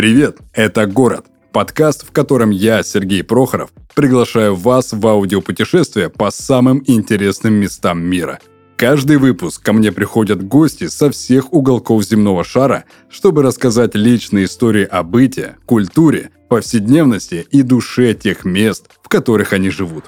Привет, это «Город» – подкаст, в котором я, Сергей Прохоров, приглашаю вас в аудиопутешествие по самым интересным местам мира. Каждый выпуск ко мне приходят гости со всех уголков земного шара, чтобы рассказать личные истории о быте, культуре, повседневности и душе тех мест, в которых они живут.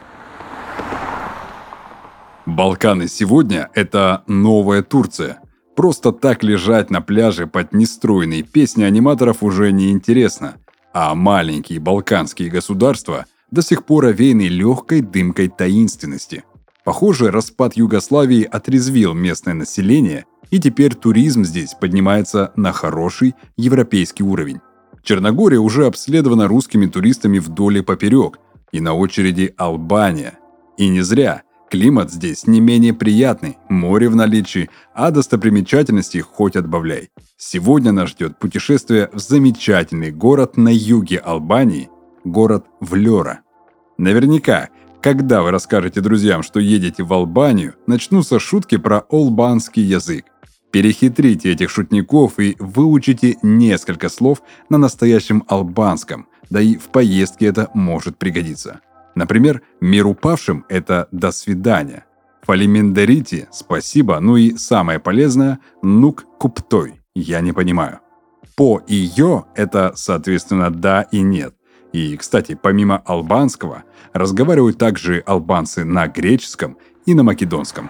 Балканы сегодня – это новая Турция. Просто так лежать на пляже под нестройные песни аниматоров уже не интересно, а маленькие балканские государства до сих пор овеяны легкой дымкой таинственности. Похоже, распад Югославии отрезвил местное население, и теперь туризм здесь поднимается на хороший европейский уровень. Черногория уже обследована русскими туристами вдоль и поперек, и на очереди Албания. И не зря. Климат здесь не менее приятный, море в наличии, а достопримечательностей хоть отбавляй. Сегодня нас ждет путешествие в замечательный город на юге Албании, город Влёра. Наверняка, когда вы расскажете друзьям, что едете в Албанию, начнутся шутки про албанский язык. Перехитрите этих шутников и выучите несколько слов на настоящем албанском, да и в поездке это может пригодиться. Например, «мир упавшим» — это «до свидания». «Фалимендерити» — «спасибо», ну и самое полезное «нук куптой» — «я не понимаю». «По» и «ё» — это, соответственно, «да» и «нет». И, кстати, помимо албанского, разговаривают также албанцы на греческом и на македонском.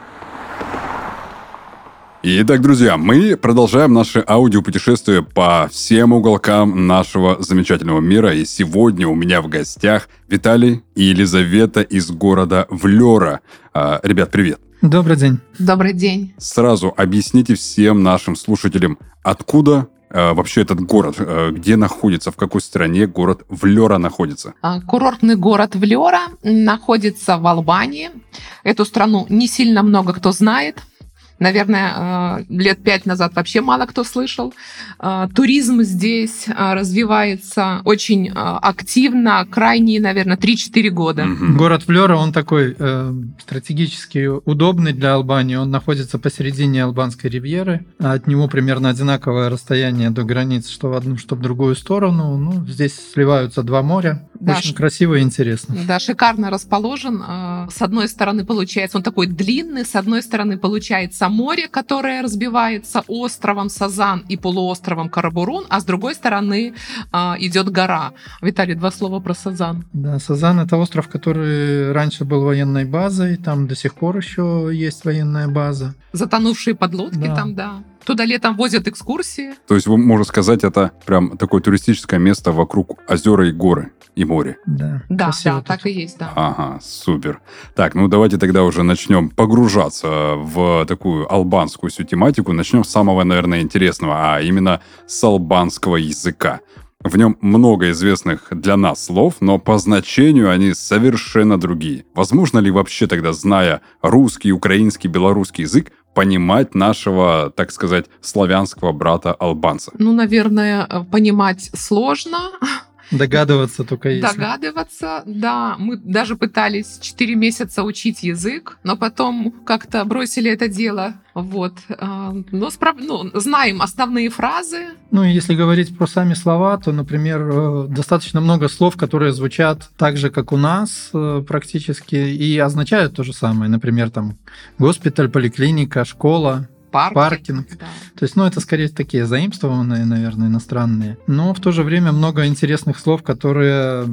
Итак, друзья, мы продолжаем наше аудиопутешествие по всем уголкам нашего замечательного мира. И сегодня у меня в гостях Виталий и Елизавета из города Влёра. Ребят, привет. Добрый день. Добрый день. Сразу объясните всем нашим слушателям, откуда вообще этот город, где находится, в какой стране город Влёра находится? Курортный город Влёра находится в Албании. Эту страну не сильно много кто знает. Наверное, лет 5 назад вообще мало кто слышал. Туризм здесь развивается очень активно, крайние, наверное, 3-4 года. Город Влёра, он такой стратегически удобный для Албании. Он находится посередине Албанской ривьеры. От него примерно одинаковое расстояние до границ, что в одну, что в другую сторону. Ну, здесь сливаются два моря. Да, очень красиво и интересно. Да, шикарно расположен. С одной стороны, получается, он такой длинный, с одной стороны, получается море, которое разбивается островом Сазан и полуостровом Карабурун, а с другой стороны идет гора. Виталий, 2 слова про Сазан. Да, Сазан — это остров, который раньше был военной базой, там до сих пор еще есть военная база. Затонувшие подлодки там, да. Туда летом возят экскурсии. То есть, можно сказать, это прям такое туристическое место вокруг озера и горы, и море. Да, да, так и есть, да. Ага, супер. Так, ну давайте тогда уже начнем погружаться в такую албанскую всю тематику. Начнем с самого, наверное, интересного, а именно с албанского языка. В нем много известных для нас слов, но по значению они совершенно другие. Возможно ли вообще тогда, зная русский, украинский, белорусский язык, понимать нашего, так сказать, славянского брата-албанца? Ну, наверное, понимать сложно. Догадываться только есть. Догадываться, да. Мы даже пытались 4 месяца учить язык, но потом как-то бросили это дело. Вот. Но знаем основные фразы. Ну, и если говорить про сами слова, то, например, достаточно много слов, которые звучат так же, как у нас практически, и означают то же самое. Например, там госпиталь, поликлиника, школа. Паркинг. Да. То есть, это скорее такие заимствованные, наверное, иностранные. Но в то же время много интересных слов, которые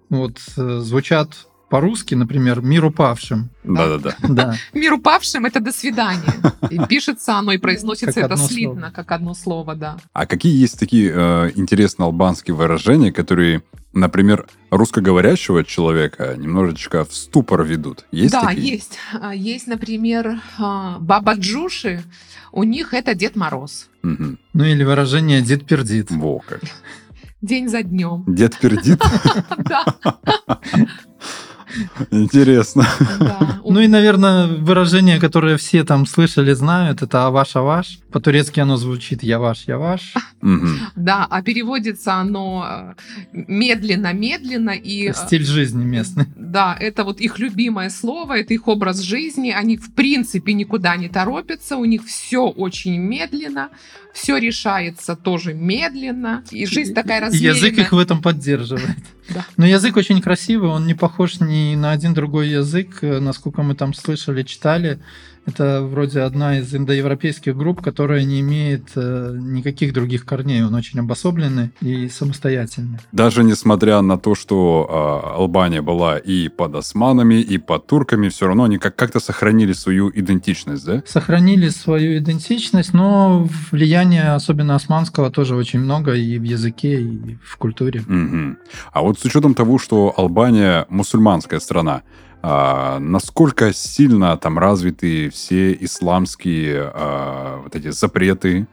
звучат по-русски, например, «мир упавшим». Да. «Мир упавшим» — это «до свидания». И пишется оно, и произносится это слитно, как одно слово, да. А какие есть такие интересные албанские выражения, которые, например, русскоговорящего человека немножечко в ступор ведут? Есть да, такие? Есть. Есть, например, баба Джуши, у них это Дед Мороз. Угу. Ну или выражение «дед пердит». Во как. День за днем. Дед пердит? Да. Интересно. Да. Ну и, наверное, выражение, которое все там слышали, знают, это «аваш-аваш». По-турецки оно звучит «яваш-яваш». Мгм. Да, а переводится оно медленно-медленно. И Стиль жизни местный. да, это вот их любимое слово, это их образ жизни. Они в принципе никуда не торопятся, у них все очень медленно, все решается тоже медленно, и жизнь такая И размеренная. язык их в этом поддерживает. Да. Но язык очень красивый, он не похож ни на один другой язык, насколько мы там слышали, читали. Это вроде одна из индоевропейских групп, которая не имеет никаких других корней. Он очень обособленный и самостоятельный. Даже несмотря на то, что Албания была и под османами, и под турками, все равно они как-то сохранили свою идентичность, да? Сохранили свою идентичность, но влияние, особенно османского, тоже очень много и в языке, и в культуре. Мгм. А вот с учетом того, что Албания мусульманская страна, насколько сильно там развиты все исламские вот эти запреты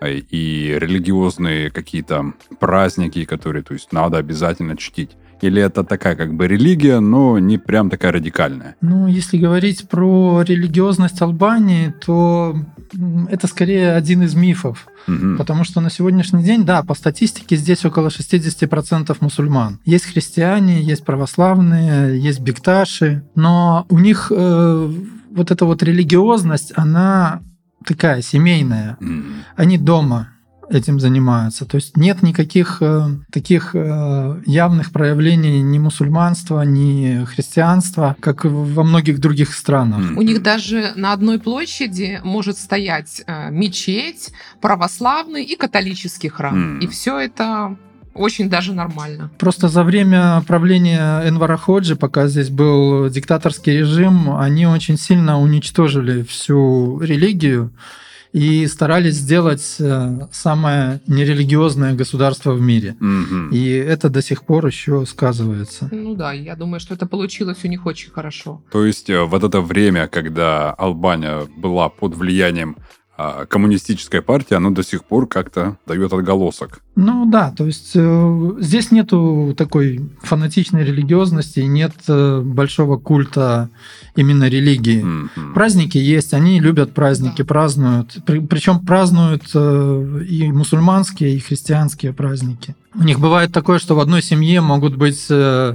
и религиозные какие-то праздники, которые, то есть, надо обязательно чтить? Или это такая как бы религия, но не прям такая радикальная? Ну, если говорить про религиозность Албании, то это скорее один из мифов. Мгм. Потому что на сегодняшний день, да, по статистике здесь около 60% мусульман. Есть христиане, есть православные, есть бекташи, но у них вот эта вот религиозность, она такая семейная. Мгм. Они дома этим занимаются. То есть нет никаких таких явных проявлений ни мусульманства, ни христианства, как во многих других странах. Мгм. У них даже на одной площади может стоять мечеть, православный и католический храм. И все это очень даже нормально. Просто за время правления Энвара Ходжи, пока здесь был диктаторский режим, они очень сильно уничтожили всю религию и старались сделать самое нерелигиозное государство в мире. Мгм. И это до сих пор еще сказывается. Ну да, я думаю, что это получилось у них очень хорошо. То есть вот это время, когда Албания была под влиянием коммунистической партии, оно до сих пор как-то дает отголосок. Ну да, то есть здесь нету такой фанатичной религиозности, нет большого культа именно религии. Мгм. Праздники есть, они любят праздники, Да. празднуют. Причем празднуют и мусульманские, и христианские праздники. У них бывает такое, что в одной семье могут быть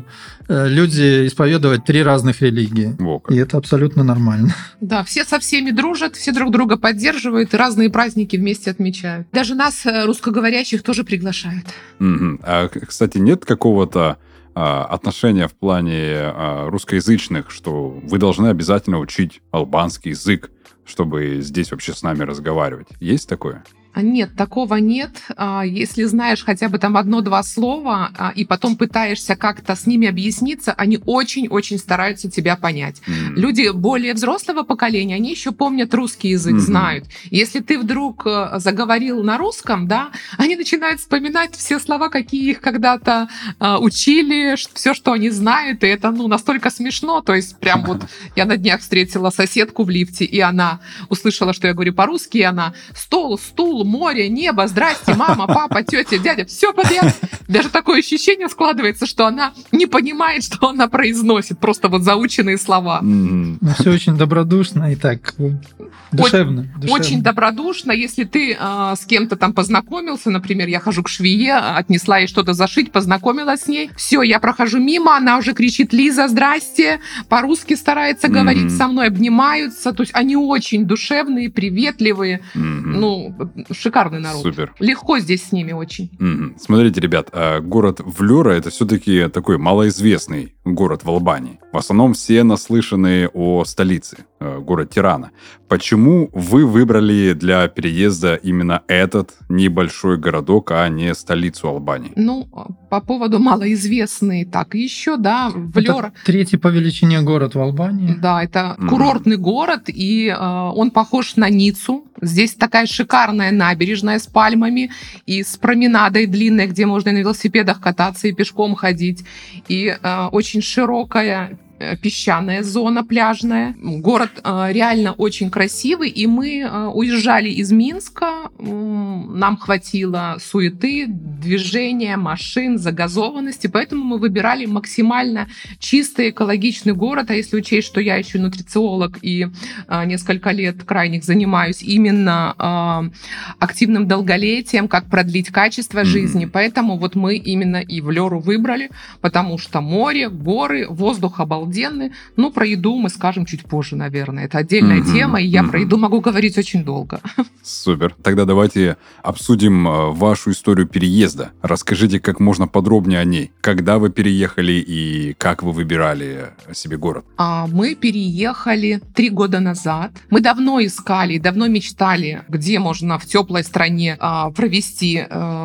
люди исповедовать 3 разных религии. Во как. И это абсолютно нормально. Да, все со всеми дружат, все друг друга поддерживают, и разные праздники вместе отмечают. Даже нас, русскоговорящих, тоже приглашают. Мгм. А, кстати, нет какого-то отношения в плане русскоязычных, что вы должны обязательно учить албанский язык, чтобы здесь вообще с нами разговаривать? Есть такое? Нет, такого нет. Если знаешь хотя бы там 1-2 слова, и потом пытаешься как-то с ними объясниться, они очень-очень стараются тебя понять. Люди более взрослого поколения, они еще помнят русский язык, Мгм. знают. Если ты вдруг заговорил на русском, да, они начинают вспоминать все слова, какие их когда-то учили, все, что они знают, и это, настолько смешно. То есть прям вот я на днях встретила соседку в лифте, и она услышала, что я говорю по-русски, и она: стол, стул, море, небо, здрасте, мама, папа, тетя, дядя, все подряд. Даже такое ощущение складывается, что она не понимает, что она произносит, просто вот заученные слова. Мгм. Но все очень добродушно и так душевно. Очень добродушно. Если ты с кем-то там познакомился, например, я хожу к швее, отнесла ей что-то зашить, познакомилась с ней, все, я прохожу мимо, она уже кричит: Лиза, здрасте, по-русски старается говорить Мгм. со мной, обнимаются, то есть они очень душевные, приветливые, Мгм. шикарный народ. Супер. Легко здесь с ними очень. Мгм. Смотрите, ребят, город Влёра — это все-таки такой малоизвестный город в Албании. В основном все наслышаны о столице, город Тирана. Почему вы выбрали для переезда именно этот небольшой городок, а не столицу Албании? По поводу малоизвестный, так, еще, да, Влёра. Это 3-й по величине город в Албании. Да, это Мгм. курортный город, и он похож на Ниццу. Здесь такая шикарная набережная с пальмами и с променадой длинной, где можно на велосипедах кататься и пешком ходить. И очень широкая песчаная зона пляжная. Город реально очень красивый, и мы уезжали из Минска, нам хватило суеты, движения, машин, загазованности, поэтому мы выбирали максимально чистый, экологичный город. А если учесть, что я еще нутрициолог и несколько лет крайних занимаюсь именно активным долголетием, как продлить качество жизни, поэтому вот мы именно и Влёру выбрали, потому что море, горы, воздух обалденный. Ну, про еду мы скажем чуть позже, наверное. Это отдельная тема, и я про еду могу говорить очень долго. Супер. Тогда давайте обсудим вашу историю переезда. Расскажите как можно подробнее о ней. Когда вы переехали и как вы выбирали себе город? Мы переехали 3 года назад. Мы давно искали, давно мечтали, где можно в теплой стране провести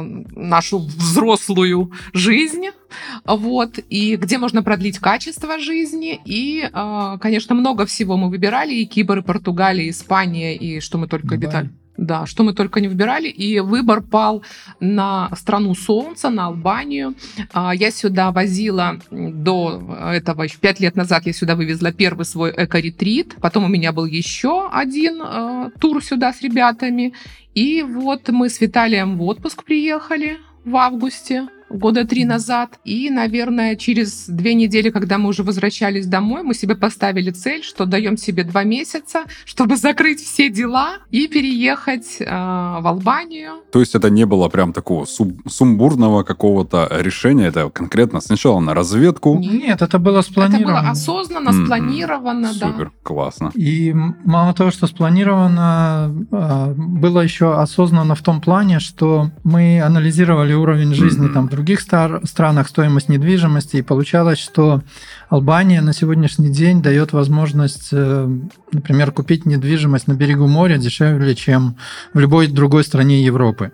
нашу взрослую жизнь. Вот, и где можно продлить качество жизни. И, конечно, много всего мы выбирали. И Кипр, и Португалия, и Испания, и что мы только обитали. Да, что мы только не выбирали. И выбор пал на страну солнца, на Албанию. Я сюда возила до этого, еще 5 лет назад я сюда вывезла первый свой эко-ретрит. Потом у меня был еще один тур сюда с ребятами. И вот мы с Виталием в отпуск приехали в августе. 3 года назад. И, наверное, через 2 недели, когда мы уже возвращались домой, мы себе поставили цель, что даем себе 2 месяца, чтобы закрыть все дела и переехать в Албанию. То есть это не было прям такого сумбурного какого-то решения, это конкретно сначала на разведку? Нет, это было спланировано. Это было осознанно, спланировано, да. Супер, классно. И мало того, что спланировано, было еще осознанно в том плане, что мы анализировали уровень жизни там в других странах, стоимость недвижимости, и получалось, что Албания на сегодняшний день дает возможность, например, купить недвижимость на берегу моря дешевле, чем в любой другой стране Европы.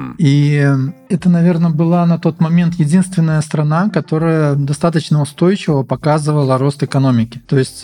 И это, наверное, была на тот момент единственная страна, которая достаточно устойчиво показывала рост экономики. То есть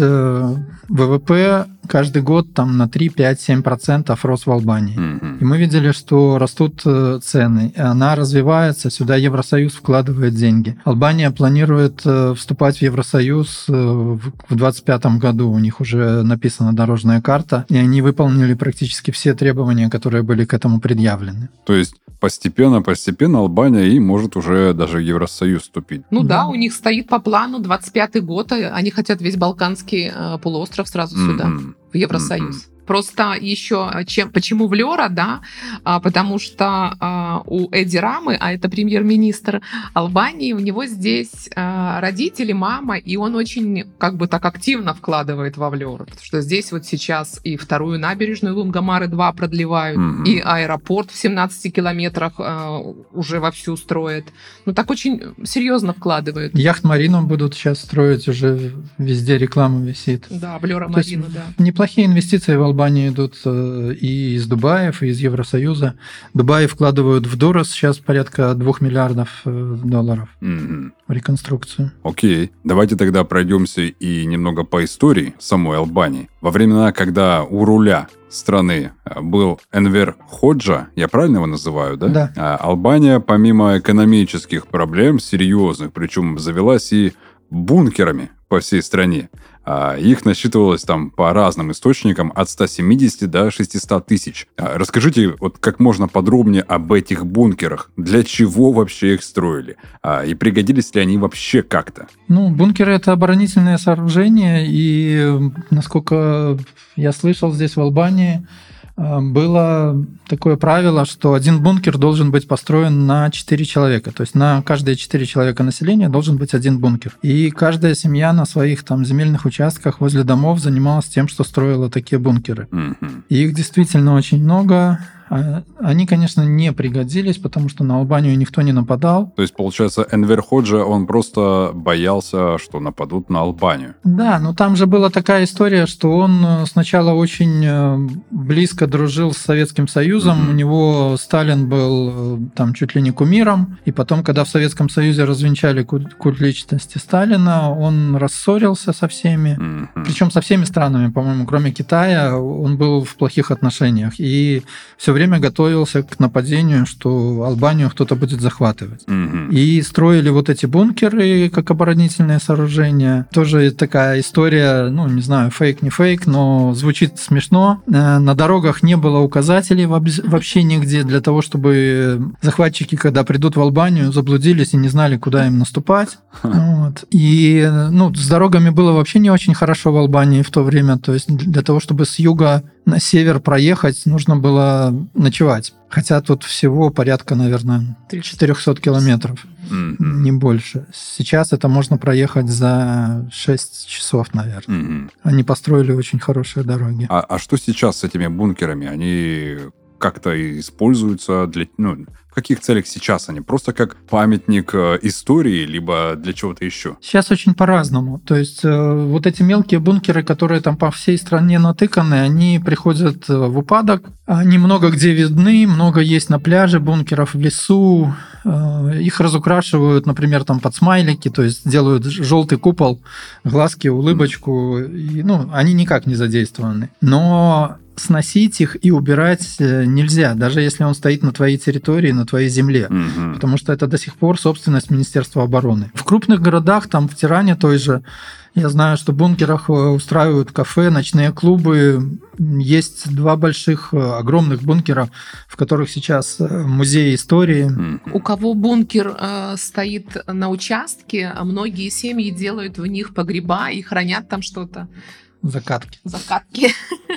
ВВП каждый год там на 3, 5, 7% рос в Албании. И мы видели, что растут цены. Она развивается, сюда Евросоюз вкладывает деньги. Албания планирует вступать в Евросоюз в 2025 году. У них уже написана дорожная карта, и они выполнили практически все требования, которые были к этому предъявлены. То есть постепенно Албания и может уже даже в Евросоюз вступить. Ну да, у них стоит по плану 25-й год, они хотят весь Балканский полуостров сразу сюда, в Евросоюз. Просто еще почему Влёра, да, потому что у Эди Рамы, а это премьер-министр Албании, у него здесь родители, мама, и он очень как бы так активно вкладывает во Влёру, потому что здесь вот сейчас и вторую набережную Лунгомары 2 продлевают, и аэропорт в 17 километрах уже вовсю строят. Ну так очень серьезно вкладывают. Яхт-марину будут сейчас строить, уже везде реклама висит. Да, Влёра-марину, да. Неплохие инвестиции в Албании идут и из Дубаев, и из Евросоюза. Дубаи вкладывают в Дорос сейчас порядка $2 миллиардов в реконструкцию. Окей. Давайте тогда пройдемся и немного по истории самой Албании. Во времена, когда у руля страны был Энвер Ходжа, я правильно его называю, да? Да. Албания, помимо экономических проблем, серьезных, причем завелась и бункерами по всей стране. Их насчитывалось там по разным источникам от 170 до 600 тысяч. Расскажите вот как можно подробнее об этих бункерах. Для чего вообще их строили? И пригодились ли они вообще как-то? Ну, бункеры — это оборонительные сооружения, и, насколько я слышал, здесь в Албании было такое правило, что один бункер должен быть построен на 4 человека. То есть на каждые 4 человека населения должен быть один бункер. И каждая семья на своих там земельных участках возле домов занималась тем, что строила такие бункеры. И их действительно очень много. Они, конечно, не пригодились, потому что на Албанию никто не нападал. То есть, получается, Энвер Ходжа, он просто боялся, что нападут на Албанию. Да, но там же была такая история, что он сначала очень близко дружил с Советским Союзом. У него Сталин был там чуть ли не кумиром. И потом, когда в Советском Союзе развенчали культ личности Сталина, он рассорился со всеми. Причем со всеми странами, по-моему, кроме Китая, он был в плохих отношениях. И все время время готовился к нападению, что Албанию кто-то будет захватывать. Мгм. И строили вот эти бункеры как оборонительное сооружение. Тоже такая история, ну, не знаю, фейк, не фейк, но звучит смешно. На дорогах не было указателей вообще нигде для того, чтобы захватчики, когда придут в Албанию, заблудились и не знали, куда им наступать. Вот. И ну, с дорогами было вообще не очень хорошо в Албании в то время. То есть для того, чтобы с юга на север проехать, нужно было ночевать. Хотя тут всего порядка, наверное, 400 километров, Мгм. не больше. Сейчас это можно проехать за 6 часов, наверное. Мгм. Они построили очень хорошие дороги. А что сейчас с этими бункерами? Они как-то используются для... Ну, в каких целях сейчас они? Просто как памятник истории, либо для чего-то еще? Сейчас очень по-разному. То есть вот эти мелкие бункеры, которые там по всей стране натыканы, они приходят в упадок. Они много где видны, много есть на пляже бункеров, в лесу. Их разукрашивают, например, там под смайлики, то есть делают желтый купол, глазки, улыбочку. И, ну, они никак не задействованы. Но сносить их и убирать нельзя, даже если он стоит на твоей территории, на твоей земле. Мгм. Потому что это до сих пор собственность Министерства обороны. В крупных городах, там в Тиране той же, я знаю, что в бункерах устраивают кафе, ночные клубы. Есть 2 больших, огромных бункера, в которых сейчас музей истории. Мгм. У кого бункер стоит на участке, многие семьи делают в них погреба и хранят там что-то. Закатки. Закатки.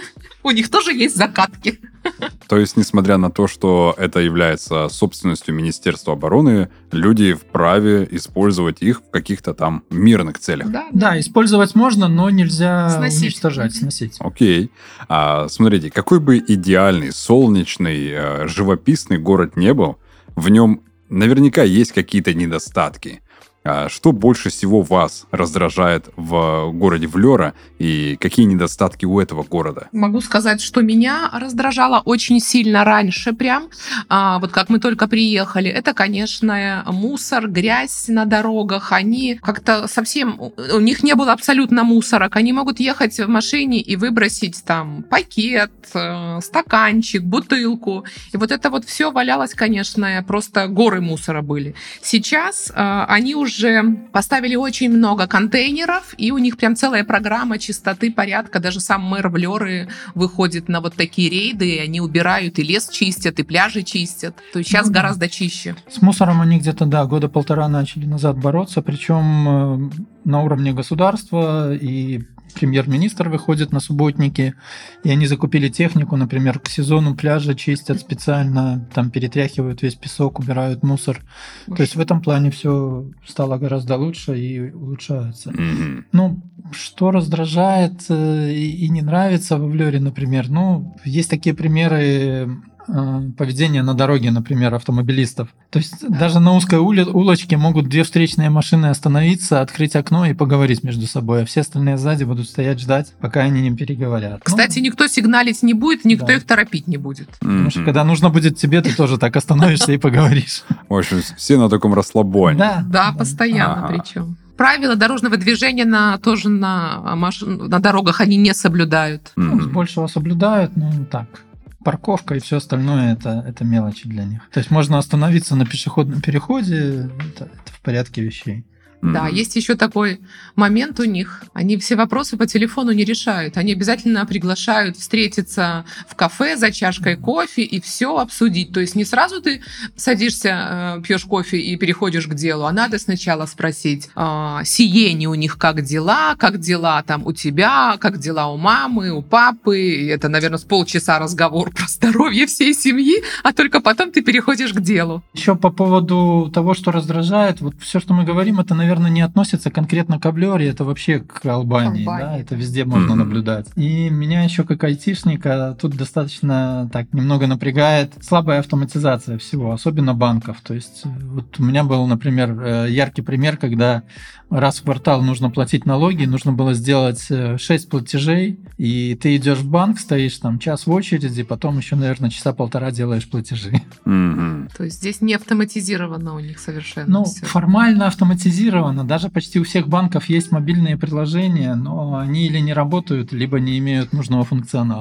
У них тоже есть закатки. То есть, несмотря на то, что это является собственностью Министерства обороны, люди вправе использовать их в каких-то там мирных целях. Да, использовать можно, но нельзя Сносить. уничтожать, Мгм. сносить. Окей. Смотрите, какой бы идеальный, солнечный, живописный город не был, в нем наверняка есть какие-то недостатки. Что больше всего вас раздражает в городе Влёра и какие недостатки у этого города? Могу сказать, что меня раздражало очень сильно раньше прям, вот как мы только приехали, это, конечно, мусор, грязь на дорогах, они как-то совсем, у них не было абсолютно мусорок, они могут ехать в машине и выбросить там пакет, стаканчик, бутылку, и вот это вот все валялось, конечно, просто горы мусора были. Сейчас они уже поставили очень много контейнеров, и у них прям целая программа чистоты, порядка. Даже сам мэр Влёры выходит на вот такие рейды, и они убирают, и лес чистят, и пляжи чистят. То есть сейчас Ну да. гораздо чище. С мусором они где-то, да, 1.5 года начали назад бороться, причем на уровне государства, и премьер-министр выходит на субботники, и они закупили технику, например, к сезону пляжа чистят специально, там перетряхивают весь песок, убирают мусор. То есть в этом плане все стало гораздо лучше и улучшается. Мгм. Ну, что раздражает и не нравится в Влёре, например, ну, есть такие примеры поведения на дороге, например, автомобилистов. То есть даже на узкой улочке могут 2 встречные машины остановиться, открыть окно и поговорить между собой, а все остальные сзади будут стоять ждать, пока они не переговорят. Кстати, Ну, никто сигналить не будет, никто да. их торопить не будет. потому что Мгм. когда нужно будет тебе, ты тоже так остановишься и поговоришь. В общем, все на таком расслабоне. Да, постоянно Ага. причем. Правила дорожного движения тоже на дорогах они не соблюдают. Ну, с Мгм. большего соблюдают, но так. Парковка и все остальное это мелочи для них. То есть можно остановиться на пешеходном переходе, это в порядке вещей. Да, Мгм. есть еще такой момент у них. Они все вопросы по телефону не решают. Они обязательно приглашают встретиться в кафе за чашкой кофе и все обсудить. То есть не сразу ты садишься, пьешь кофе и переходишь к делу, а надо сначала спросить, Сиене у них как дела там у тебя, как дела у мамы, у папы. И это, наверное, с полчаса разговор про здоровье всей семьи, а только потом ты переходишь к делу. Еще по поводу того, что раздражает, вот все, что мы говорим, это, наверное, не относится конкретно к Влёре, это вообще к Албании, да, это везде можно Мгм. наблюдать. И меня еще как айтишника тут достаточно так немного напрягает слабая автоматизация всего, особенно банков. То есть вот у меня был, например, яркий пример, когда раз в квартал нужно платить налоги, нужно было сделать 6 платежей, и ты идешь в банк, стоишь там час в очереди, потом еще, наверное, часа 1,5 делаешь платежи. Мгм. То есть здесь не автоматизировано у них совершенно Ну, всё. формально автоматизировано. Даже почти у всех банков есть мобильные приложения, но они или не работают, либо не имеют нужного функционала.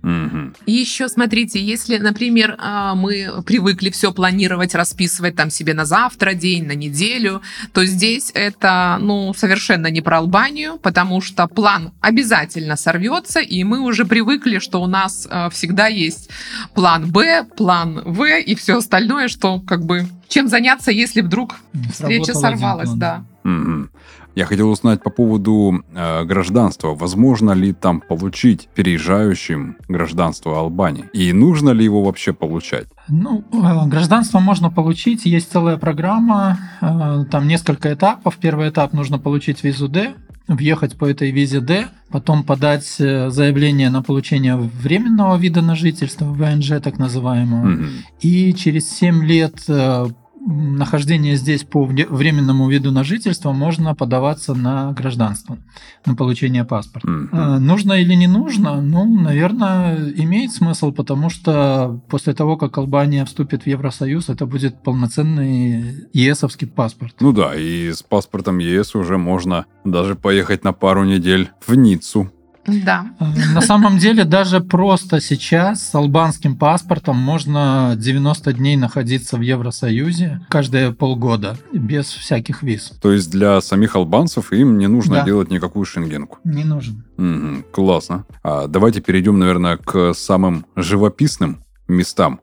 Мгм. И еще, смотрите, если, например, мы привыкли все планировать, расписывать там себе на завтра день, на неделю, то здесь это, совершенно не про Албанию, потому что план обязательно сорвется, и мы уже привыкли, что у нас всегда есть план Б, план В и все остальное, что чем заняться, если вдруг встреча Сработал один сорвалась, план. да. Мгм. Я хотел узнать по поводу гражданства. Возможно ли там получить переезжающим гражданство Албании? И нужно ли его вообще получать? Гражданство можно получить, есть целая программа, там несколько этапов. Первый этап — нужно получить визу D, въехать по этой визе D, потом подать заявление на получение временного вида на жительство, ВНЖ так называемого, Мгм. и через 7 лет нахождения здесь по временному виду на жительство можно подаваться на гражданство, на получение паспорта. Мгм. Нужно или не нужно? Наверное, имеет смысл, потому что после того, как Албания вступит в Евросоюз, это будет полноценный ЕСовский паспорт. Ну да, и с паспортом ЕС уже можно даже поехать на пару недель в Ниццу. Да. На самом деле, даже просто сейчас с албанским паспортом можно 90 дней находиться в Евросоюзе каждые полгода, без всяких виз. То есть для самих албанцев им не нужно Да. делать никакую шенгенку. Не нужен. Мгм, классно. Давайте перейдем, наверное, к самым живописным местам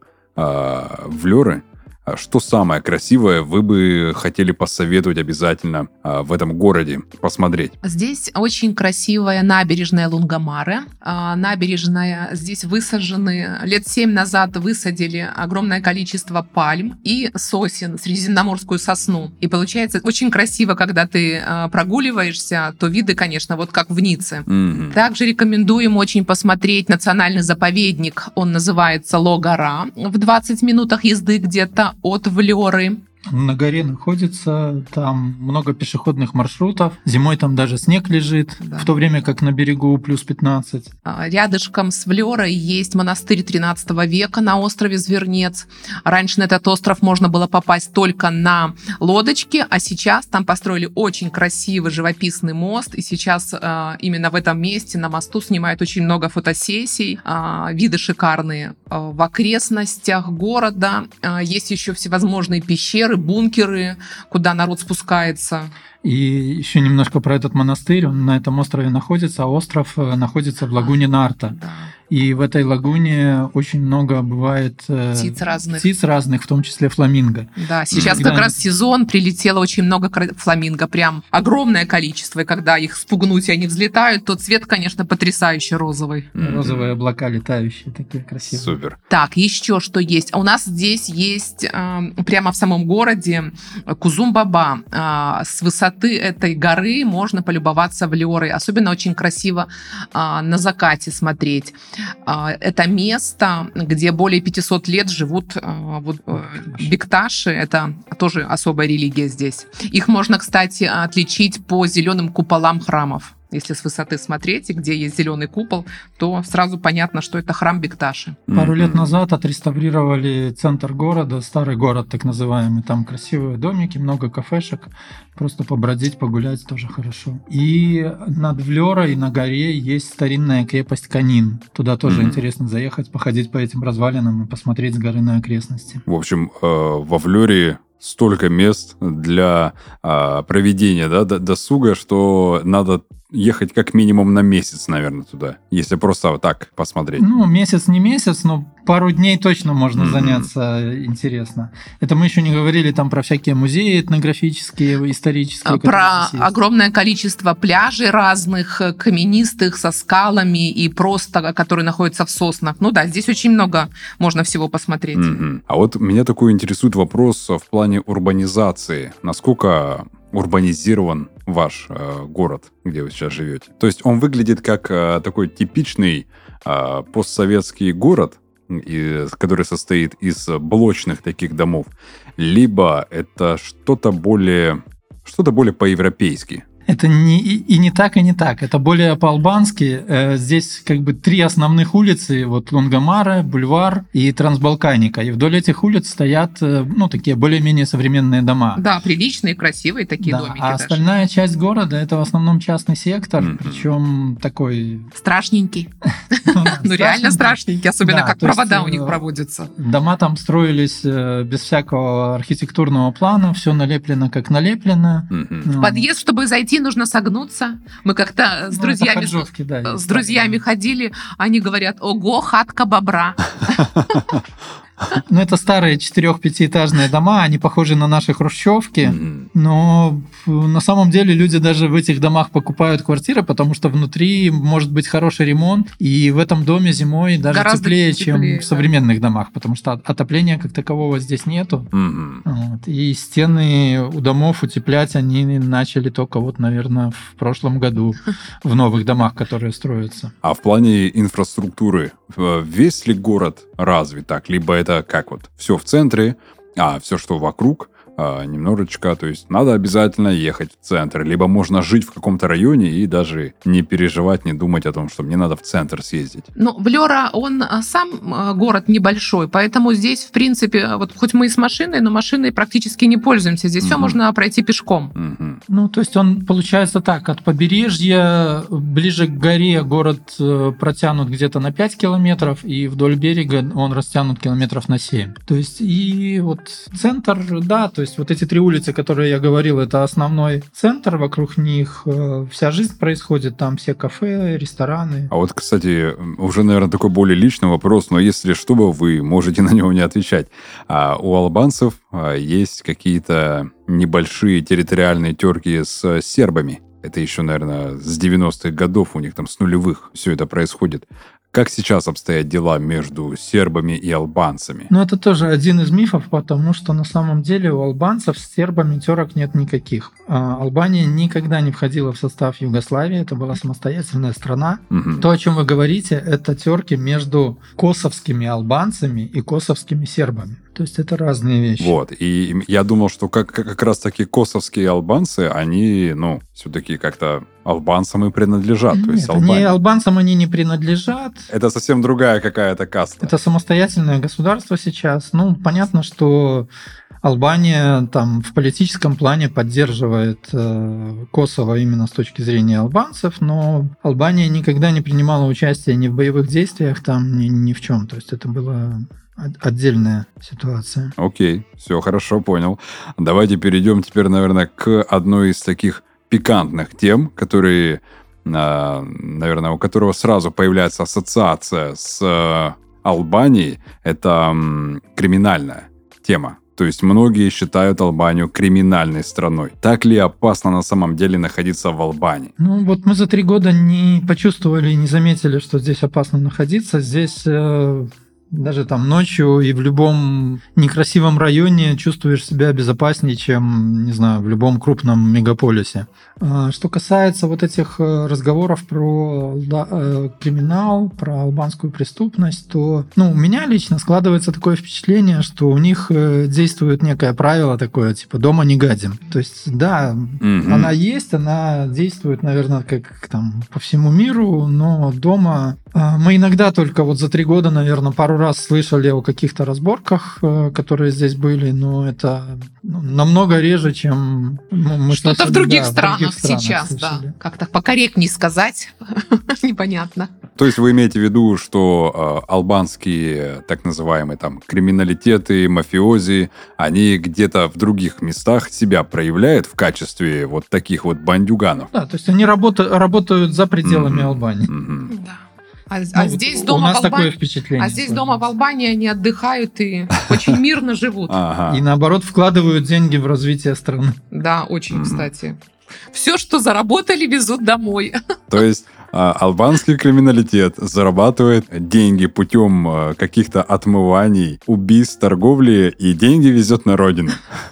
Влёры. Что самое красивое вы бы хотели посоветовать обязательно в этом городе посмотреть? Здесь очень красивая набережная Лунгомары. Набережная здесь высажены, лет 7 назад высадили огромное количество пальм и сосен, средиземноморскую сосну. И получается очень красиво, когда ты прогуливаешься, то виды, конечно, вот как в Ницце. Мгм. Также рекомендуем очень посмотреть национальный заповедник. Он называется Ло-гора. В 20 минутах езды где-то от Влёры. На горе находится, там много пешеходных маршрутов. Зимой там даже снег лежит, Да. в то время как на берегу плюс 15. Рядышком с Влёрой есть монастырь 13 века на острове Звернец. Раньше на этот остров можно было попасть только на лодочке, а сейчас там построили очень красивый живописный мост. И сейчас именно в этом месте на мосту снимают очень много фотосессий. Виды шикарные. В окрестностях города есть еще всевозможные пещеры, бункеры, куда народ спускается. И еще немножко про этот монастырь. Он на этом острове находится, а остров находится в лагуне Нарта. Да. И в этой лагуне очень много бывает Птиц разных. в том числе фламинго. Да, сейчас Когда- как раз сезон, прилетело очень много фламинго, прям огромное количество, и когда их спугнуть, и они взлетают, то цвет, конечно, потрясающий розовый. Мгм. Розовые облака летающие, такие красивые. Супер. Так, еще что есть? У нас здесь есть прямо в самом городе Кузум-Баба. С высоты этой горы можно полюбоваться Влёрой. Особенно очень красиво на закате смотреть. Это место, где более 500 лет живут бекташи. Это тоже особая религия здесь. Их можно, кстати, отличить по зеленым куполам храмов. Если с высоты смотреть, и где есть зеленый купол, то сразу понятно, что это храм Бекташи. Пару лет Мгм. назад отреставрировали центр города, старый город так называемый. Там красивые домики, много кафешек. Просто побродить, погулять тоже хорошо. И над Влёрой на горе есть старинная крепость Канин. Туда тоже Мгм. интересно заехать, походить по этим развалинам и посмотреть с горы на окрестности. В общем, во Влёре столько мест для проведения досуга, что надо ехать как минимум на месяц, наверное, туда, если просто вот так посмотреть. Месяц не месяц, но пару дней точно можно Мгм. заняться интересно. Это мы еще не говорили там про всякие музеи этнографические, исторические. которые Про здесь есть. огромное количество пляжей разных, каменистых, со скалами и просто, которые находятся в соснах. Ну да, здесь очень много можно всего посмотреть. Мгм. А вот меня такой интересует вопрос в плане урбанизации. Насколько урбанизирован ваш город, где вы сейчас живете? То есть он выглядит как такой типичный постсоветский город, который состоит из блочных таких домов, либо это что-то более по-европейски? Это не так, и не так. Это более по-албански. Здесь как бы 3 основных улицы. Вот Лунгомара, Бульвар и Трансбалканика. И вдоль этих улиц стоят, такие более-менее современные дома. Да, приличные, красивые такие Да, домики а даже. остальная часть города — это в основном частный сектор, Мгм. причем такой, Страшненький. Ну, реально страшненькие, особенно Да, как то есть, провода у них проводятся. Дома там строились без всякого архитектурного плана, все налеплено как налеплено. В подъезд, чтобы зайти, нужно согнуться. Мы как-то с друзьями ходили, они говорят: ого, хатка бобра. Ну, это старые 4-5-этажные дома, они похожи на наши хрущевки, но на самом деле люди даже в этих домах покупают квартиры, потому что внутри может быть хороший ремонт, и в этом доме зимой даже гораздо теплее, чем теплее, в современных домах, потому что отопления как такового здесь нету. Вот. И стены у домов утеплять они начали только вот, наверное, в прошлом году в новых домах, которые строятся. А в плане инфраструктуры, весь ли город развит так? Либо это как вот все в центре, а все, что вокруг, немножечко, то есть надо обязательно ехать в центр, либо можно жить в каком-то районе и даже не переживать, не думать о том, что мне надо в центр съездить. Ну, Влёра, он сам город небольшой, поэтому здесь, в принципе, вот хоть мы и с машиной, но машиной практически не пользуемся. Здесь все можно пройти пешком. Ну, то есть он получается так, от побережья ближе к горе город протянут где-то на 5 километров, и вдоль берега он растянут километров на 7. То есть и вот центр, да, то есть вот эти 3 улицы, которые я говорил, это основной центр, вокруг них вся жизнь происходит, там все кафе, рестораны. А вот, кстати, уже, наверное, такой более личный вопрос, но если что, вы можете на него не отвечать. А у албанцев есть какие-то небольшие территориальные терки с сербами. Это еще, наверное, с 90-х годов, у них там с нулевых все это происходит. Как сейчас обстоят дела между сербами и албанцами? Ну, это тоже один из мифов, потому что на самом деле у албанцев с сербами терок нет никаких. Албания никогда не входила в состав Югославии, это была самостоятельная страна. То, о чем вы говорите, это терки между косовскими албанцами и косовскими сербами. То есть это разные вещи. Вот, и я думал, что как раз-таки косовские албанцы, они, все-таки как-то албанцам и принадлежат. Нет, то есть албанцам они не принадлежат. Это совсем другая какая-то каста. Это самостоятельное государство сейчас. Ну, понятно, что Албания там в политическом плане поддерживает Косово именно с точки зрения албанцев, но Албания никогда не принимала участие ни в боевых действиях, там ни в чем. То есть это была отдельная ситуация. Окей, все хорошо, понял. Давайте перейдем теперь, наверное, к одной из таких пикантных тем, которые, наверное, у которого сразу появляется ассоциация с Албанией. Это криминальная тема. То есть многие считают Албанию криминальной страной. Так ли опасно на самом деле находиться в Албании? Ну вот мы за 3 года не почувствовали и не заметили, что здесь опасно находиться. Здесь даже там ночью и в любом некрасивом районе чувствуешь себя безопаснее, чем, не знаю, в любом крупном мегаполисе. Что касается вот этих разговоров про криминал, про албанскую преступность, то у меня лично складывается такое впечатление, что у них действует некое правило такое, типа «дома не гадим». То есть, да, она есть, она действует, наверное, как там по всему миру, но дома... Мы иногда только вот за 3 года, наверное, пару раз слышали о каких-то разборках, которые здесь были, но это намного реже, чем мы что-то слышали, в других странах сейчас, слышали. да. Как-то покорректней сказать, непонятно. То есть вы имеете в виду, что албанские так называемые там криминалитеты, мафиози, они где-то в других местах себя проявляют в качестве вот таких вот бандюганов? Да, то есть они работают за пределами Албании. Да. А здесь дома у нас в Албании, такое впечатление. А здесь дома в Албании они отдыхают и очень мирно живут. И наоборот вкладывают деньги в развитие страны. Да, очень, кстати. Все, что заработали, везут домой. То есть албанский криминалитет зарабатывает деньги путем каких-то отмываний, убийств, торговли, и деньги везет на родину.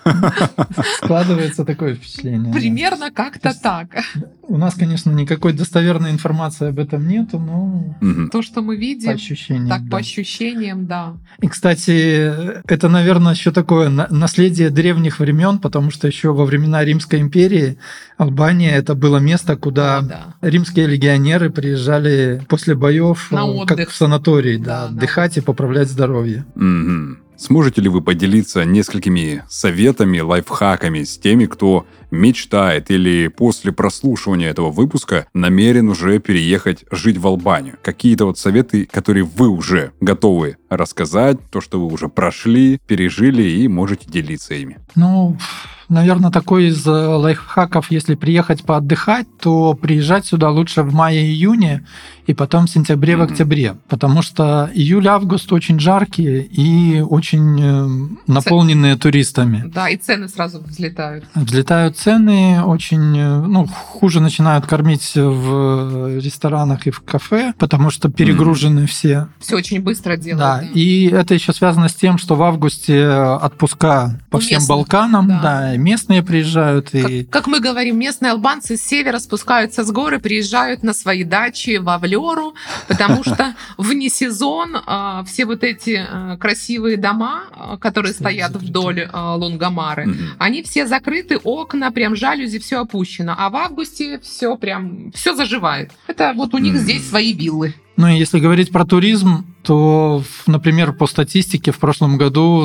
Складывается такое впечатление. Примерно как-то так. У нас, конечно, никакой достоверной информации об этом нету, но то, что мы видим, по ощущениям, так по ощущениям, да. И, кстати, это, наверное, еще такое наследие древних времен, потому что еще во времена Римской империи Албания это было место, куда римские легионеры приезжали после боев, как в санаторий, отдыхать и поправлять здоровье. Сможете ли вы поделиться несколькими советами, лайфхаками с теми, кто мечтает или после прослушивания этого выпуска намерен уже переехать жить в Албанию? Какие-то вот советы, которые вы уже готовы рассказать, то, что вы уже прошли, пережили и можете делиться ими? Ну, наверное, такой из лайфхаков, если приехать поотдыхать, то приезжать сюда лучше в мае-июне и потом в сентябре, в октябре, потому что июль-август очень жаркие и очень наполненные туристами. Да, и цены сразу взлетают. Взлетают цены, очень, хуже начинают кормить в ресторанах и в кафе, потому что перегружены все. Все очень быстро делают. Да, и это еще связано с тем, что в августе отпуска по всем местных, Балканам, да. И местные приезжают. Как мы говорим, местные албанцы с севера спускаются с горы, приезжают на свои дачи в Авлеру, потому что вне сезон все вот эти красивые дома, которые стоят вдоль Лунгомары, они все закрыты, окна, прям жалюзи, все опущено. А в августе все заживает. Это вот у них здесь свои виллы. Ну и если говорить про туризм, то, например, по статистике в прошлом году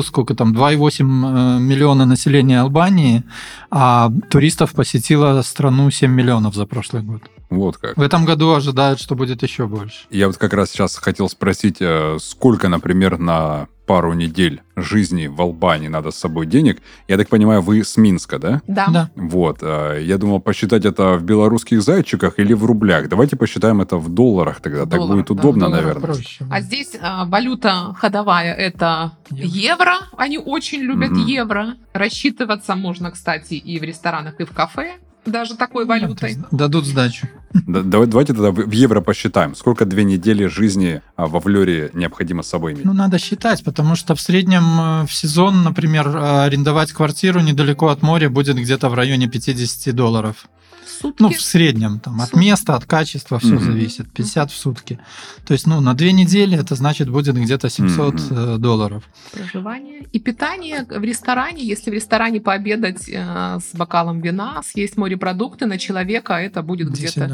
2,8 миллиона населения Албании, а туристов посетило страну 7 миллионов за прошлый год. Вот как. В этом году ожидают, что будет еще больше. Я вот как раз сейчас хотел спросить, сколько, например, на пару недель жизни в Албании надо с собой денег. Я так понимаю, вы с Минска, да? Да. Вот. Я думал посчитать это в белорусских зайчиках или в рублях. Давайте посчитаем это в долларах тогда. Так будет удобно, наверное. Проще. А здесь валюта ходовая – это евро. Они очень любят евро. Рассчитываться можно, кстати, и в ресторанах, и в кафе. Даже такой валютой. Дадут сдачу. Давайте тогда в евро посчитаем. Сколько 2 недели жизни во Влёре необходимо с собой иметь? Надо считать, потому что в среднем в сезон, например, арендовать квартиру недалеко от моря будет где-то в районе $50. Сутки? В среднем. От места, от качества все зависит. 50 в сутки. То есть, на 2 недели это значит будет где-то $700. Проживание и питание в ресторане. Если в ресторане пообедать с бокалом вина, съесть морепродукты на человека, это будет где-то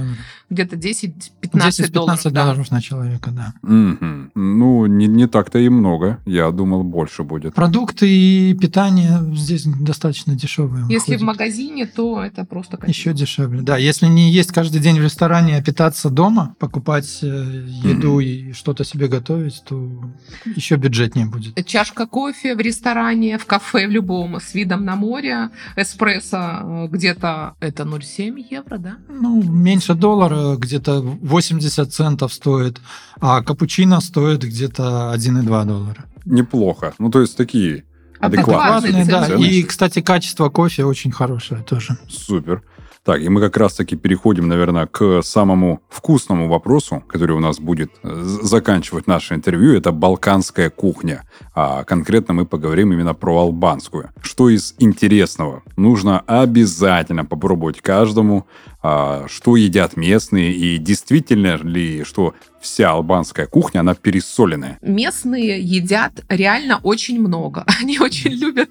10-15 долларов. $10-15 на человека, да. Не так-то и много. Я думал, больше будет. Продукты и питание здесь достаточно дешевые. Если в магазине, то это просто еще дешевле. Да, если не есть каждый день в ресторане, а питаться дома, покупать еду и что-то себе готовить, то еще бюджетнее будет. Чашка кофе в ресторане, в кафе в любом, с видом на море, эспрессо где-то это 0,7 евро, да? Меньше доллара, где-то 80 центов стоит, а капучино стоит где-то $1,2. Неплохо. То есть такие адекватные, да. И, кстати, качество кофе очень хорошее тоже. Супер. Так, и мы как раз-таки переходим, наверное, к самому вкусному вопросу, который у нас будет заканчивать наше интервью. Это балканская кухня. А конкретно мы поговорим именно про албанскую. Что из интересного нужно обязательно попробовать каждому, что едят местные, и действительно ли, что вся албанская кухня, она пересоленная? Местные едят реально очень много. Они очень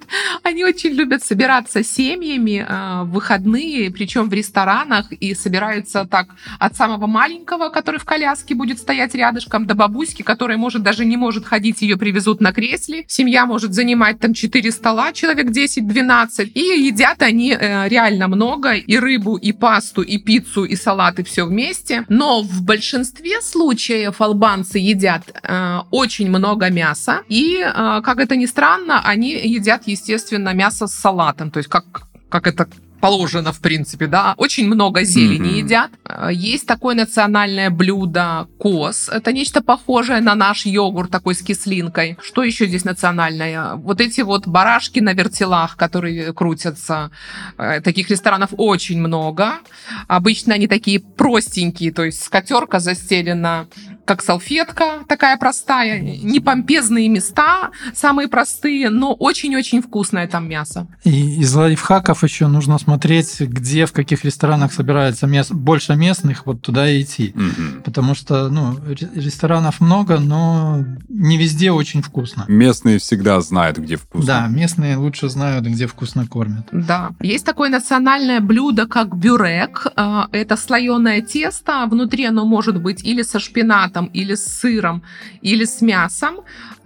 любят собираться семьями в выходные, причем в ресторанах, и собираются так от самого маленького, который в коляске будет стоять рядышком, до бабуськи, которая даже не может ходить, ее привезут на кресле. Семья может занимать 4 стола, человек 10-12, и едят они реально много, и рыбу, и пасту, и пиццу, и салаты, все вместе. Но в большинстве случаев албанцы едят очень много мяса, и, как это ни странно, они едят, естественно, мясо с салатом, то есть как это положено, в принципе, да. Очень много зелени едят. Есть такое национальное блюдо кос. Это нечто похожее на наш йогурт, такой с кислинкой. Что еще здесь национальное? Вот эти барашки на вертелах, которые крутятся. Таких ресторанов очень много. Обычно они такие простенькие, то есть скатерка застелена как салфетка, такая простая. Не помпезные места, самые простые, но очень-очень вкусное там мясо. И из лайфхаков еще нужно смотреть, где, в каких ресторанах собирается больше местных, вот туда и идти. Потому что, ресторанов много, но не везде очень вкусно. Местные всегда знают, где вкусно. Да, местные лучше знают, где вкусно кормят. Да. Есть такое национальное блюдо, как бюрек. Это слоеное тесто. Внутри оно может быть или со шпинатом, томатом, или с сыром, или с мясом.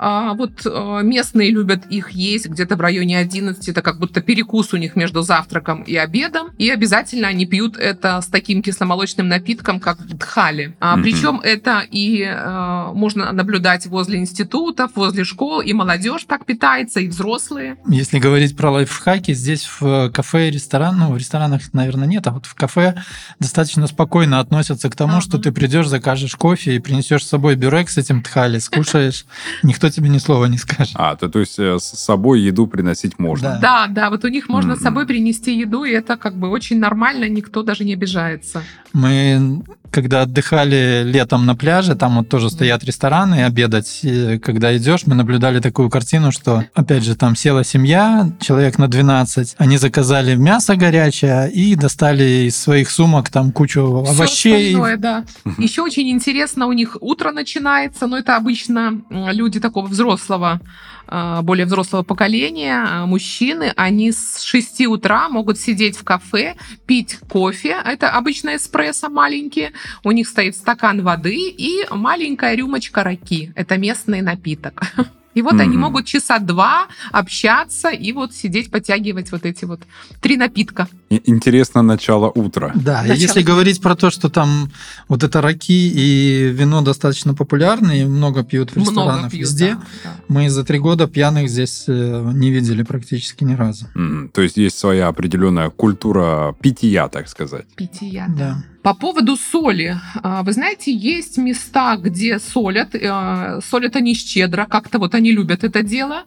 Местные любят их есть где-то в районе 11. Это как будто перекус у них между завтраком и обедом. И обязательно они пьют это с таким кисломолочным напитком, как дхали. Причем это и можно наблюдать возле институтов, возле школ, и молодежь так питается, и взрослые. Если говорить про лайфхаки, здесь в кафе и в ресторанах, наверное, нет, а вот в кафе достаточно спокойно относятся к тому, что ты придешь, закажешь кофе и принесешь с собой бюрек с этим тхали, скушаешь, никто тебе ни слова не скажет. То есть с собой еду приносить можно? Да, вот у них можно с собой принести еду, и это как бы очень нормально, никто даже не обижается. Мы, когда отдыхали летом на пляже, там вот тоже стоят рестораны, обедать, и когда идешь, мы наблюдали такую картину, что, опять же, там села семья, человек на 12, они заказали мясо горячее и достали из своих сумок там кучу овощей. Всё остальное, да. Еще очень интересно, у них утро начинается, но это обычно люди такого взрослого, более взрослого поколения, мужчины, они с 6 утра могут сидеть в кафе, пить кофе, это обычно эспрессо маленькие, у них стоит стакан воды и маленькая рюмочка раки, это местный напиток. И вот они могут часа 2 общаться и вот сидеть, подтягивать вот эти вот 3 напитка. Интересно начало утра. Да, и если говорить про то, что там вот это раки и вино достаточно популярны, и много пьют в ресторанах везде, да. Мы за 3 года пьяных здесь не видели практически ни разу. То есть есть своя определенная культура питья, так сказать. Питья, да. По поводу соли. Вы знаете, есть места, где солят. Солят они щедро, как-то вот они любят это дело.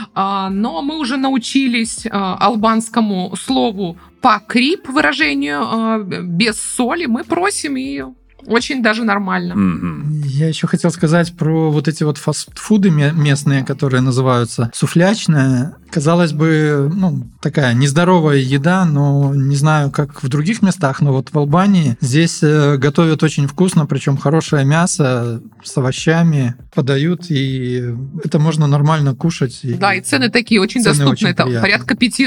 Но мы уже научились албанскому слову «покрип», выражению без соли. Мы просим ее. Очень даже нормально. Я еще хотел сказать про вот эти вот фастфуды местные, которые называются суфлячная. Казалось бы, такая нездоровая еда, но не знаю, как в других местах, но вот в Албании здесь готовят очень вкусно, причем хорошее мясо с овощами подают, и это можно нормально кушать. Да, и цены такие очень доступные. Это порядка 5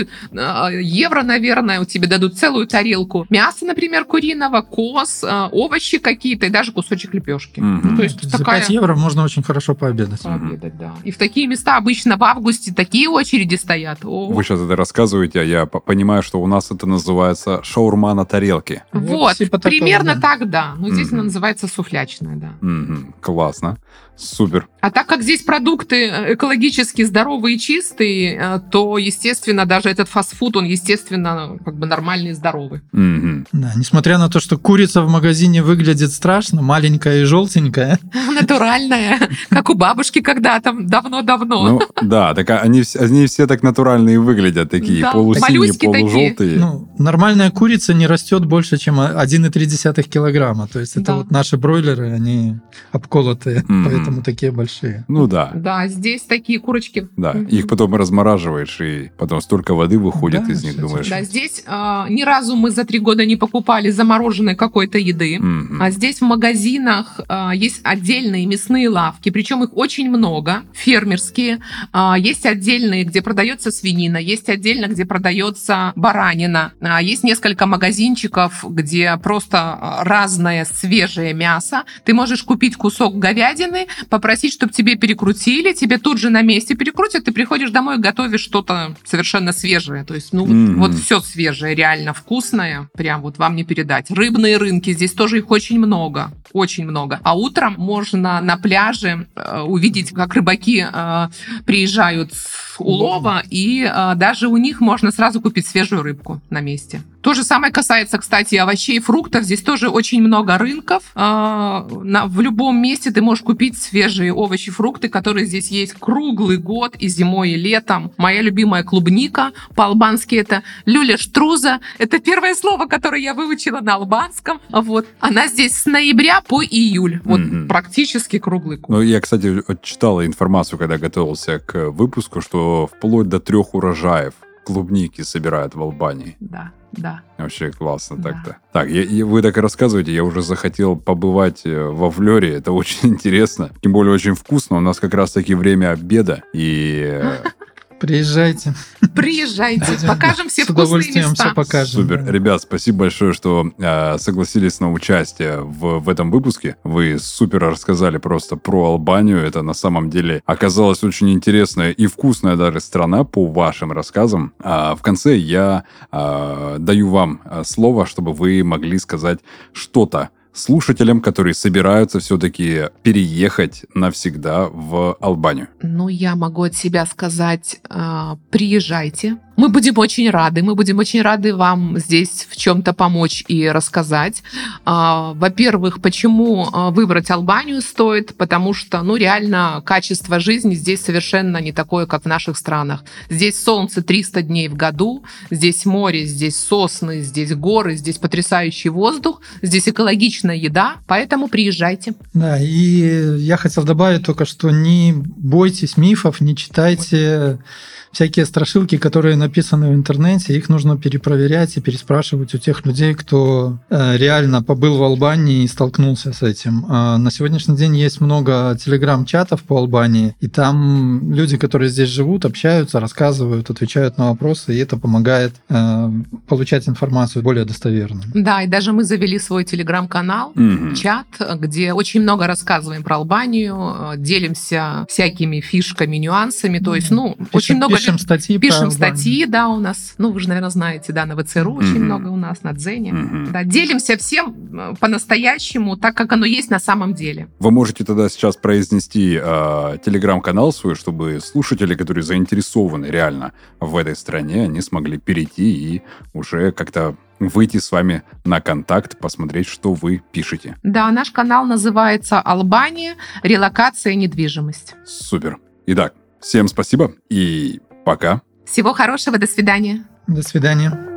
евро, наверное, тебе дадут целую тарелку мяса, например, куриного, коз, овощи какие-то и даже кусочек лепешки. То есть за 5 евро можно очень хорошо пообедать. Да. И в такие места обычно в августе такие очереди стоят. Вы сейчас это рассказываете, а я понимаю, что у нас это называется шаурма на тарелке. Вот, примерно так, да. Но здесь она называется суфлячная, да. Классно. Супер. А так как здесь продукты экологически здоровые и чистые, то, естественно, даже этот фастфуд, он, естественно, как бы нормальный и здоровый. Да, несмотря на то, что курица в магазине выглядит страшно, маленькая и желтенькая. Натуральная, как у бабушки когда-то, давно-давно. Да, так они все так натуральные выглядят, такие полусиние, полужелтые. Нормальная курица не растет больше, чем 1,3 килограмма. То есть это вот наши бройлеры, они обколотые, поэтому такие большие. Да. Да, здесь такие курочки. Да, их потом размораживаешь, и потом столько воды выходит из них, думаешь. Да, здесь ни разу мы за 3 года не покупали замороженной какой-то еды. А здесь в магазинах есть отдельные мясные лавки, причем их очень много, фермерские. Есть отдельные, где продается свинина, есть отдельно, где продается баранина. Есть несколько магазинчиков, где просто разное свежее мясо. Ты можешь купить кусок говядины, попросить, чтобы тебе перекрутили, тебе тут же на месте перекрутят, ты приходишь домой и готовишь что-то совершенно свежее. То есть, вот все свежее, реально вкусное, прям вот вам не передать. Рыбные рынки, здесь тоже их очень много. Очень много. А утром можно на пляже увидеть, как рыбаки приезжают с улова, и даже у них можно сразу купить свежую рыбку на месте. То же самое касается, кстати, овощей и фруктов. Здесь тоже очень много рынков. В любом месте ты можешь купить свежие овощи, фрукты, которые здесь есть круглый год, и зимой, и летом. Моя любимая клубника, по-албански это люля-штруза. Это первое слово, которое я выучила на албанском. Вот. Она здесь с ноября по июль. Вот практически круглый год. Я, кстати, читала информацию, когда готовился к выпуску, что вплоть до 3 урожаев клубники собирают в Албании. Да. Вообще классно так-то. Так, вы так и рассказываете, я уже захотел побывать во Влёре, это очень интересно. Тем более очень вкусно, у нас как раз-таки время обеда, и Приезжайте. Приезжайте, покажем все С вкусные удовольствием места. все покажем. Супер. Да. Ребят, спасибо большое, что согласились на участие в этом выпуске. Вы супер рассказали просто про Албанию. Это на самом деле оказалась очень интересная и вкусная даже страна по вашим рассказам. В конце я даю вам слово, чтобы вы могли сказать что-то слушателям, которые собираются все-таки переехать навсегда в Албанию. Ну, я могу от себя сказать, приезжайте. Мы будем очень рады вам здесь в чем-то помочь и рассказать. Во-первых, почему выбрать Албанию стоит? Потому что, реально, качество жизни здесь совершенно не такое, как в наших странах. Здесь солнце 300 дней в году, здесь море, здесь сосны, здесь горы, здесь потрясающий воздух, здесь экологичная еда, поэтому приезжайте. Да, и я хотел добавить только, что не бойтесь мифов, не читайте всякие страшилки, которые написаны в интернете, их нужно перепроверять и переспрашивать у тех людей, кто реально побыл в Албании и столкнулся с этим. На сегодняшний день есть много телеграм-чатов по Албании, и там люди, которые здесь живут, общаются, рассказывают, отвечают на вопросы, и это помогает получать информацию более достоверную. Да, и даже мы завели свой телеграм-канал, чат, где очень много рассказываем про Албанию, делимся всякими фишками, нюансами, то есть, очень много... Пишем статьи. Пишем статьи, да, у нас. Вы же, наверное, знаете, да, на ВЦРУ очень много у нас, на Дзене. Да, делимся всем по-настоящему, так, как оно есть на самом деле. Вы можете тогда сейчас произнести телеграм-канал свой, чтобы слушатели, которые заинтересованы реально в этой стране, они смогли перейти и уже как-то выйти с вами на контакт, посмотреть, что вы пишете. Да, наш канал называется «Албания. Релокация, недвижимость». Супер. Итак, всем спасибо и пока. Всего хорошего, до свидания. До свидания.